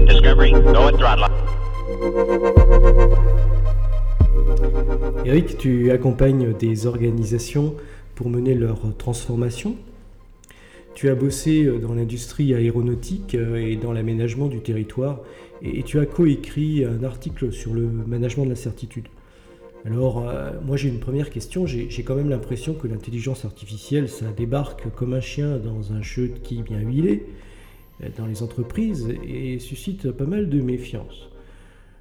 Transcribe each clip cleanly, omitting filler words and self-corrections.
Discovery, go and throttle. Eric, tu accompagnes des organisations pour mener leur transformation. Tu as bossé dans l'industrie aéronautique et dans l'aménagement du territoire et tu as coécrit un article sur le management de l'incertitude. Alors, moi j'ai une première question. J'ai quand même l'impression que l'intelligence artificielle, ça débarque comme un chien dans un jeu de quilles bien huilé dans les entreprises et suscite pas mal de méfiance. Pourquoi ?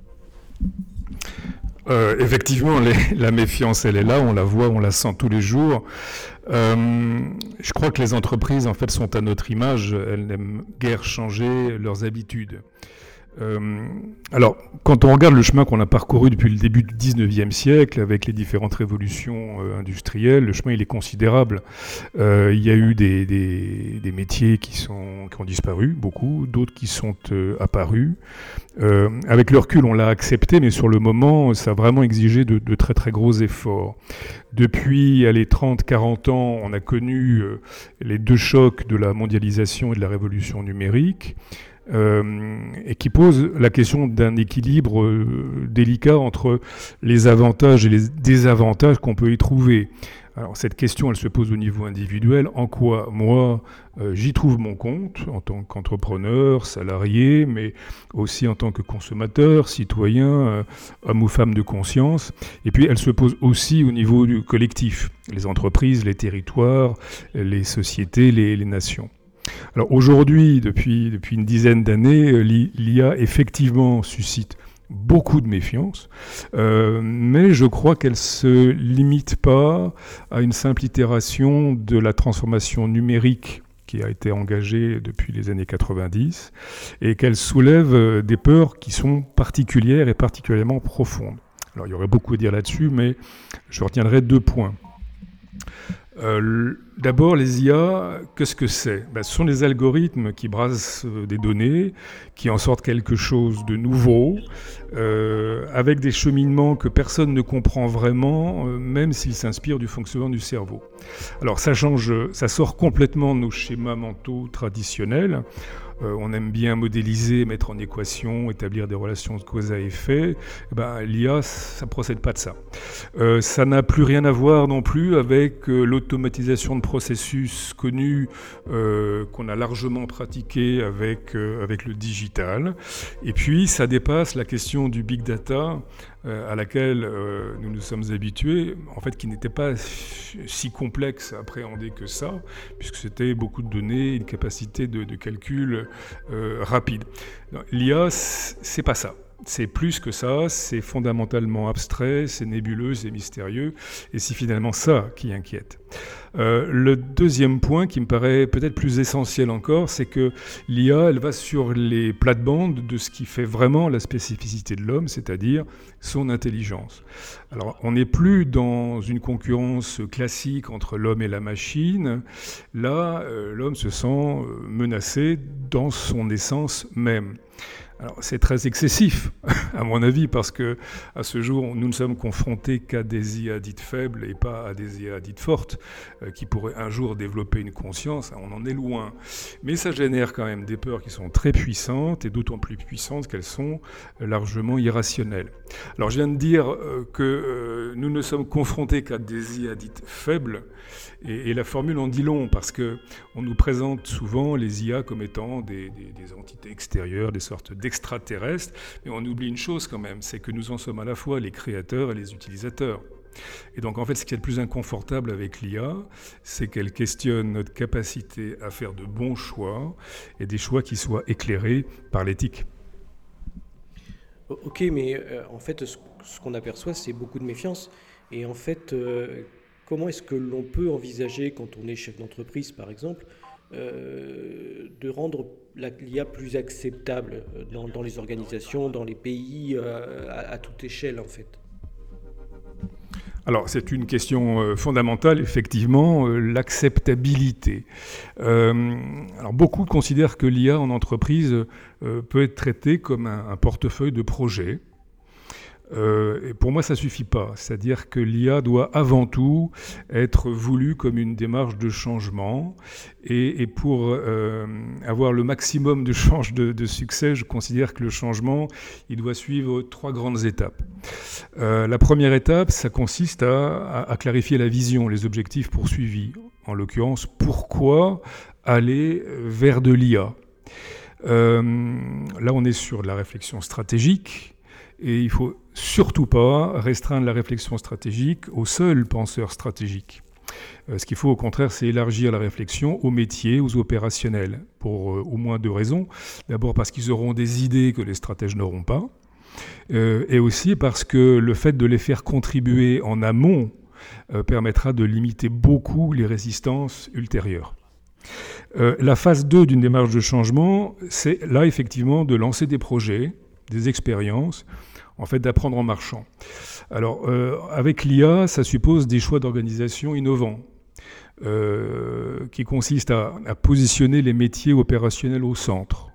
Effectivement, la méfiance, elle est là, on la voit, on la sent tous les jours. Je crois que les entreprises, en fait, sont à notre image. Elles n'aiment guère changer leurs habitudes. Alors, quand on regarde le chemin qu'on a parcouru depuis le début du 19e siècle, avec les différentes révolutions industrielles, le chemin il est considérable. Il y a eu des métiers qui ont disparu, beaucoup, d'autres qui sont apparus. Avec le recul, on l'a accepté, mais sur le moment, ça a vraiment exigé de très très gros efforts. Depuis les 30-40 ans, on a connu les deux chocs de la mondialisation et de la révolution numérique. Et qui pose la question d'un équilibre délicat entre les avantages et les désavantages qu'on peut y trouver. Alors cette question, elle se pose au niveau individuel. En quoi, moi, j'y trouve mon compte en tant qu'entrepreneur, salarié, mais aussi en tant que consommateur, citoyen, homme ou femme de conscience. Et puis elle se pose aussi au niveau du collectif, les entreprises, les territoires, les sociétés, les nations. Alors aujourd'hui, depuis une dizaine d'années, l'IA effectivement suscite beaucoup de méfiance, mais je crois qu'elle ne se limite pas à une simple itération de la transformation numérique qui a été engagée depuis les années 90 et qu'elle soulève des peurs qui sont particulières et particulièrement profondes. Alors il y aurait beaucoup à dire là-dessus, mais je retiendrai 2 points. D'abord, les IA, qu'est-ce que c'est ? Ce sont des algorithmes qui brassent des données, qui en sortent quelque chose de nouveau, avec des cheminements que personne ne comprend vraiment, même s'ils s'inspirent du fonctionnement du cerveau. Alors ça sort complètement de nos schémas mentaux traditionnels. On aime bien modéliser, mettre en équation, établir des relations de cause à effet. L'IA, ça ne procède pas de ça. Ça n'a plus rien à voir non plus avec l'automatisation de processus connus qu'on a largement pratiqué avec le digital. Et puis, ça dépasse la question du big data à laquelle nous nous sommes habitués, en fait, qui n'était pas si complexe à appréhender que ça, puisque c'était beaucoup de données, une capacité de calcul rapide. L'IA, c'est pas ça. C'est plus que ça, c'est fondamentalement abstrait, c'est nébuleux, c'est mystérieux, et c'est finalement ça qui inquiète. Le deuxième point qui me paraît peut-être plus essentiel encore, c'est que l'IA, elle va sur les plates-bandes de ce qui fait vraiment la spécificité de l'homme, c'est-à-dire son intelligence. Alors, on n'est plus dans une concurrence classique entre l'homme et la machine. Là, l'homme se sent menacé dans son essence même. Alors, c'est très excessif, à mon avis, parce que à ce jour, nous ne sommes confrontés qu'à des IA dites faibles et pas à des IA dites fortes qui pourraient un jour développer une conscience. On en est loin. Mais ça génère quand même des peurs qui sont très puissantes et d'autant plus puissantes qu'elles sont largement irrationnelles. Alors, je viens de dire que nous ne sommes confrontés qu'à des IA dites faibles et la formule en dit long parce que on nous présente souvent les IA comme étant des entités extérieures, des sortes d'extraterrestres, mais on oublie une chose quand même, c'est que nous en sommes à la fois les créateurs et les utilisateurs. Et donc en fait, ce qui est le plus inconfortable avec l'IA, c'est qu'elle questionne notre capacité à faire de bons choix et des choix qui soient éclairés par l'éthique. Ok, mais en fait, ce qu'on aperçoit, c'est beaucoup de méfiance. Et en fait, comment est-ce que l'on peut envisager, quand on est chef d'entreprise par exemple, de rendre l'IA plus acceptable dans les organisations, dans les pays, à toute échelle en fait? Alors, c'est une question fondamentale, effectivement, l'acceptabilité. Alors, beaucoup considèrent que l'IA en entreprise peut être traitée comme un portefeuille de projets. Et pour moi, ça ne suffit pas. C'est-à-dire que l'IA doit avant tout être voulue comme une démarche de changement. Et pour avoir le maximum de chances de succès, je considère que le changement, il doit suivre 3 grandes étapes. La première étape, ça consiste à clarifier la vision, les objectifs poursuivis. En l'occurrence, pourquoi aller vers de l'IA ? Là, on est sur de la réflexion stratégique. Et il ne faut surtout pas restreindre la réflexion stratégique aux seuls penseurs stratégiques. Ce qu'il faut au contraire, c'est élargir la réflexion aux métiers, aux opérationnels, pour au moins 2 raisons. D'abord parce qu'ils auront des idées que les stratèges n'auront pas, et aussi parce que le fait de les faire contribuer en amont permettra de limiter beaucoup les résistances ultérieures. La phase 2 d'une démarche de changement, c'est là effectivement de lancer des projets, des expériences, en fait d'apprendre en marchant. Alors avec l'IA, ça suppose des choix d'organisation innovants, qui consistent à positionner les métiers opérationnels au centre,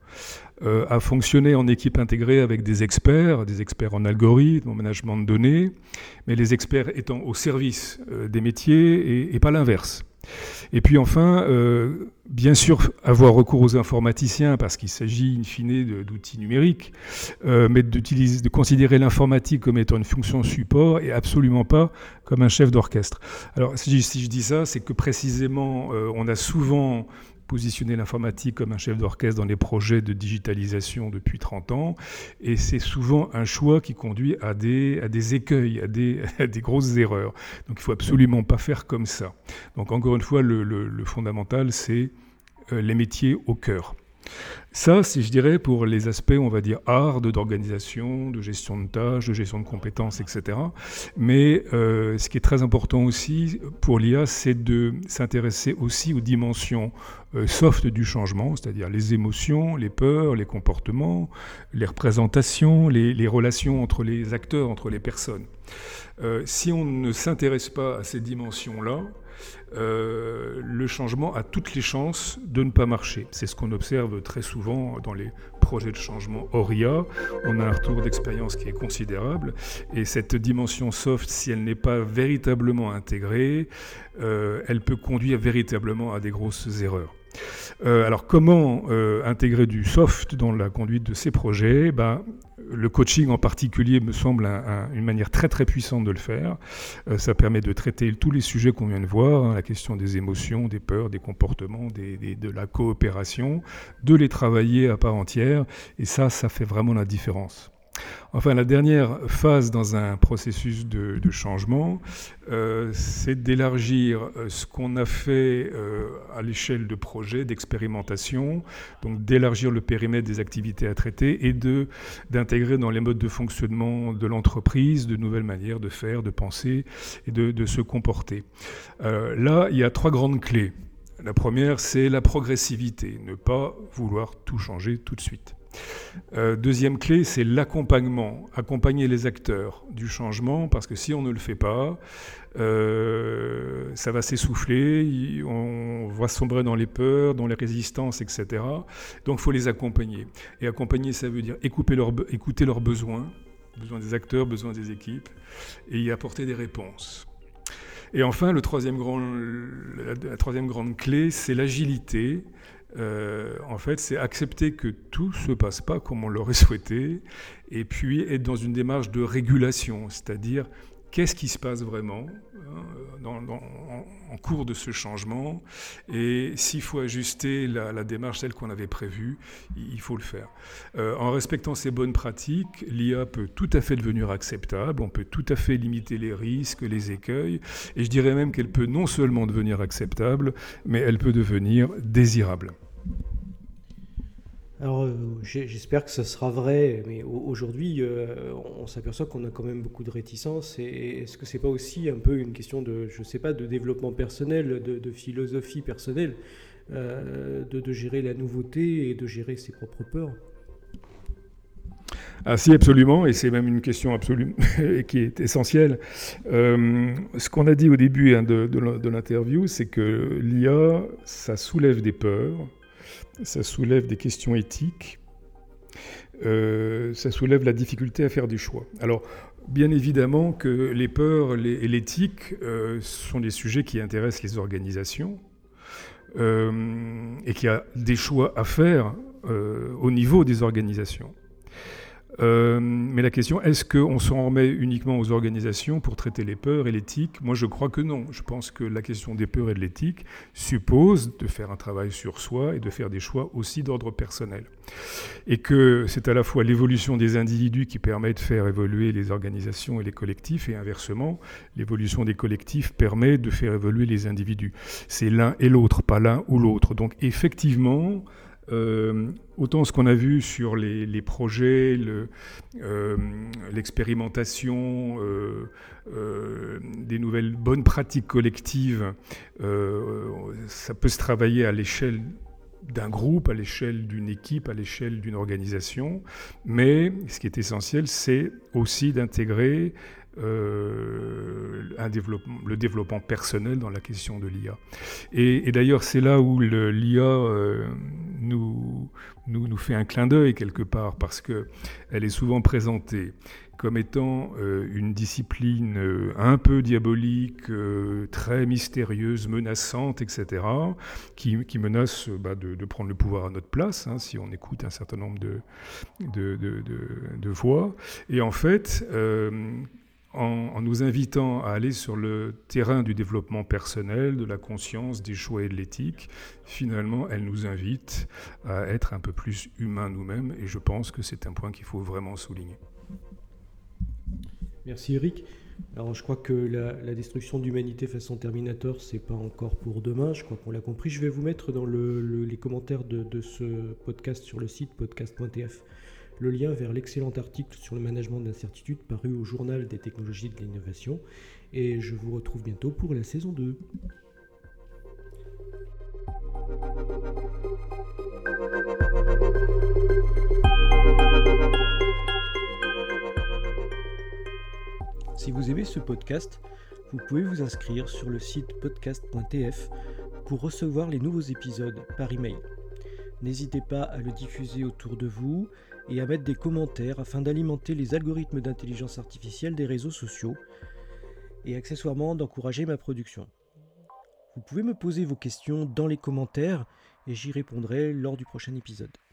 à fonctionner en équipe intégrée avec des experts en algorithmes, en management de données, mais les experts étant au service des métiers et pas l'inverse. Et puis enfin, bien sûr, avoir recours aux informaticiens, parce qu'il s'agit in fine d'outils numériques, mais de considérer l'informatique comme étant une fonction support et absolument pas comme un chef d'orchestre. Alors si je dis ça, c'est que précisément, on a souvent positionner l'informatique comme un chef d'orchestre dans les projets de digitalisation depuis 30 ans. Et c'est souvent un choix qui conduit à des écueils, à des grosses erreurs. Donc il ne faut absolument pas faire comme ça. Donc encore une fois, le fondamental, c'est les métiers au cœur. Ça, c'est, je dirais, pour les aspects, on va dire, hard, d'organisation, de gestion de tâches, de gestion de compétences, etc. Mais ce qui est très important aussi pour l'IA, c'est de s'intéresser aussi aux dimensions soft du changement, c'est-à-dire les émotions, les peurs, les comportements, les représentations, les relations entre les acteurs, entre les personnes. Si on ne s'intéresse pas à ces dimensions-là, le changement a toutes les chances de ne pas marcher. C'est ce qu'on observe très souvent dans les projets de changement hors IA. On a un retour d'expérience qui est considérable et cette dimension soft, si elle n'est pas véritablement intégrée, elle peut conduire véritablement à des grosses erreurs. Alors comment intégrer du soft dans la conduite de ces projets ? Le coaching en particulier me semble une manière très très puissante de le faire. Ça permet de traiter tous les sujets qu'on vient de voir, la question des émotions, des peurs, des comportements, de la coopération, de les travailler à part entière, et ça fait vraiment la différence. Enfin, la dernière phase dans un processus de changement, c'est d'élargir ce qu'on a fait à l'échelle de projets, d'expérimentation, donc d'élargir le périmètre des activités à traiter et d'intégrer dans les modes de fonctionnement de l'entreprise de nouvelles manières de faire, de penser et de se comporter. Là, il y a 3 grandes clés. La première, c'est la progressivité, ne pas vouloir tout changer tout de suite. Deuxième clé, c'est l'accompagnement, accompagner les acteurs du changement, parce que si on ne le fait pas, ça va s'essouffler, on va sombrer dans les peurs, dans les résistances, etc. Donc il faut les accompagner. Et accompagner, ça veut dire écouter leurs besoins des acteurs, besoins des équipes, et y apporter des réponses. Et enfin, la troisième grande clé, c'est l'agilité. En fait, c'est accepter que tout ne se passe pas comme on l'aurait souhaité, et puis être dans une démarche de régulation, c'est-à-dire qu'est-ce qui se passe vraiment en cours de ce changement, et s'il faut ajuster la démarche telle qu'on avait prévue, il faut le faire. En respectant ces bonnes pratiques, l'IA peut tout à fait devenir acceptable, on peut tout à fait limiter les risques, les écueils, et je dirais même qu'elle peut non seulement devenir acceptable, mais elle peut devenir désirable. Alors j'espère que ça sera vrai, mais aujourd'hui on s'aperçoit qu'on a quand même beaucoup de réticences. Et est-ce que c'est pas aussi un peu une question de, je sais pas, de développement personnel, de philosophie personnelle, de gérer la nouveauté et de gérer ses propres peurs? Ah si, absolument, et c'est même une question absolue qui est essentielle. Ce qu'on a dit au début de l'interview, c'est que l'IA, ça soulève des peurs, ça soulève des questions éthiques, ça soulève la difficulté à faire des choix. Alors, bien évidemment que les peurs et l'éthique sont des sujets qui intéressent les organisations et qu'il y a des choix à faire au niveau des organisations. Mais la question, est-ce qu'on s'en remet uniquement aux organisations pour traiter les peurs et l'éthique ? Moi, je crois que non. Je pense que la question des peurs et de l'éthique suppose de faire un travail sur soi et de faire des choix aussi d'ordre personnel. Et que c'est à la fois l'évolution des individus qui permet de faire évoluer les organisations et les collectifs, et inversement, l'évolution des collectifs permet de faire évoluer les individus. C'est l'un et l'autre, pas l'un ou l'autre. Donc effectivement, autant ce qu'on a vu sur les projets, l'expérimentation des nouvelles bonnes pratiques collectives, ça peut se travailler à l'échelle d'un groupe, à l'échelle d'une équipe, à l'échelle d'une organisation. Mais ce qui est essentiel, c'est aussi d'intégrer le développement personnel dans la question de l'IA. Et d'ailleurs, c'est là où l'IA nous fait un clin d'œil quelque part, parce qu'elle est souvent présentée comme étant une discipline un peu diabolique, très mystérieuse, menaçante, etc., qui menace de prendre le pouvoir à notre place, hein, si on écoute un certain nombre de voix. Et en fait, en nous invitant à aller sur le terrain du développement personnel, de la conscience, des choix et de l'éthique, finalement, elle nous invite à être un peu plus humains nous-mêmes, et je pense que c'est un point qu'il faut vraiment souligner. Merci Eric. Alors je crois que la destruction de l'humanité façon Terminator, c'est pas encore pour demain, je crois qu'on l'a compris. Je vais vous mettre dans les commentaires de ce podcast sur le site podcast.tf le lien vers l'excellent article sur le management d'incertitude paru au Journal des technologies de l'innovation. Et je vous retrouve bientôt pour la saison 2. Si vous aimez ce podcast, vous pouvez vous inscrire sur le site podcast.tf pour recevoir les nouveaux épisodes par email. N'hésitez pas à le diffuser autour de vous et à mettre des commentaires afin d'alimenter les algorithmes d'intelligence artificielle des réseaux sociaux et accessoirement d'encourager ma production. Vous pouvez me poser vos questions dans les commentaires et j'y répondrai lors du prochain épisode.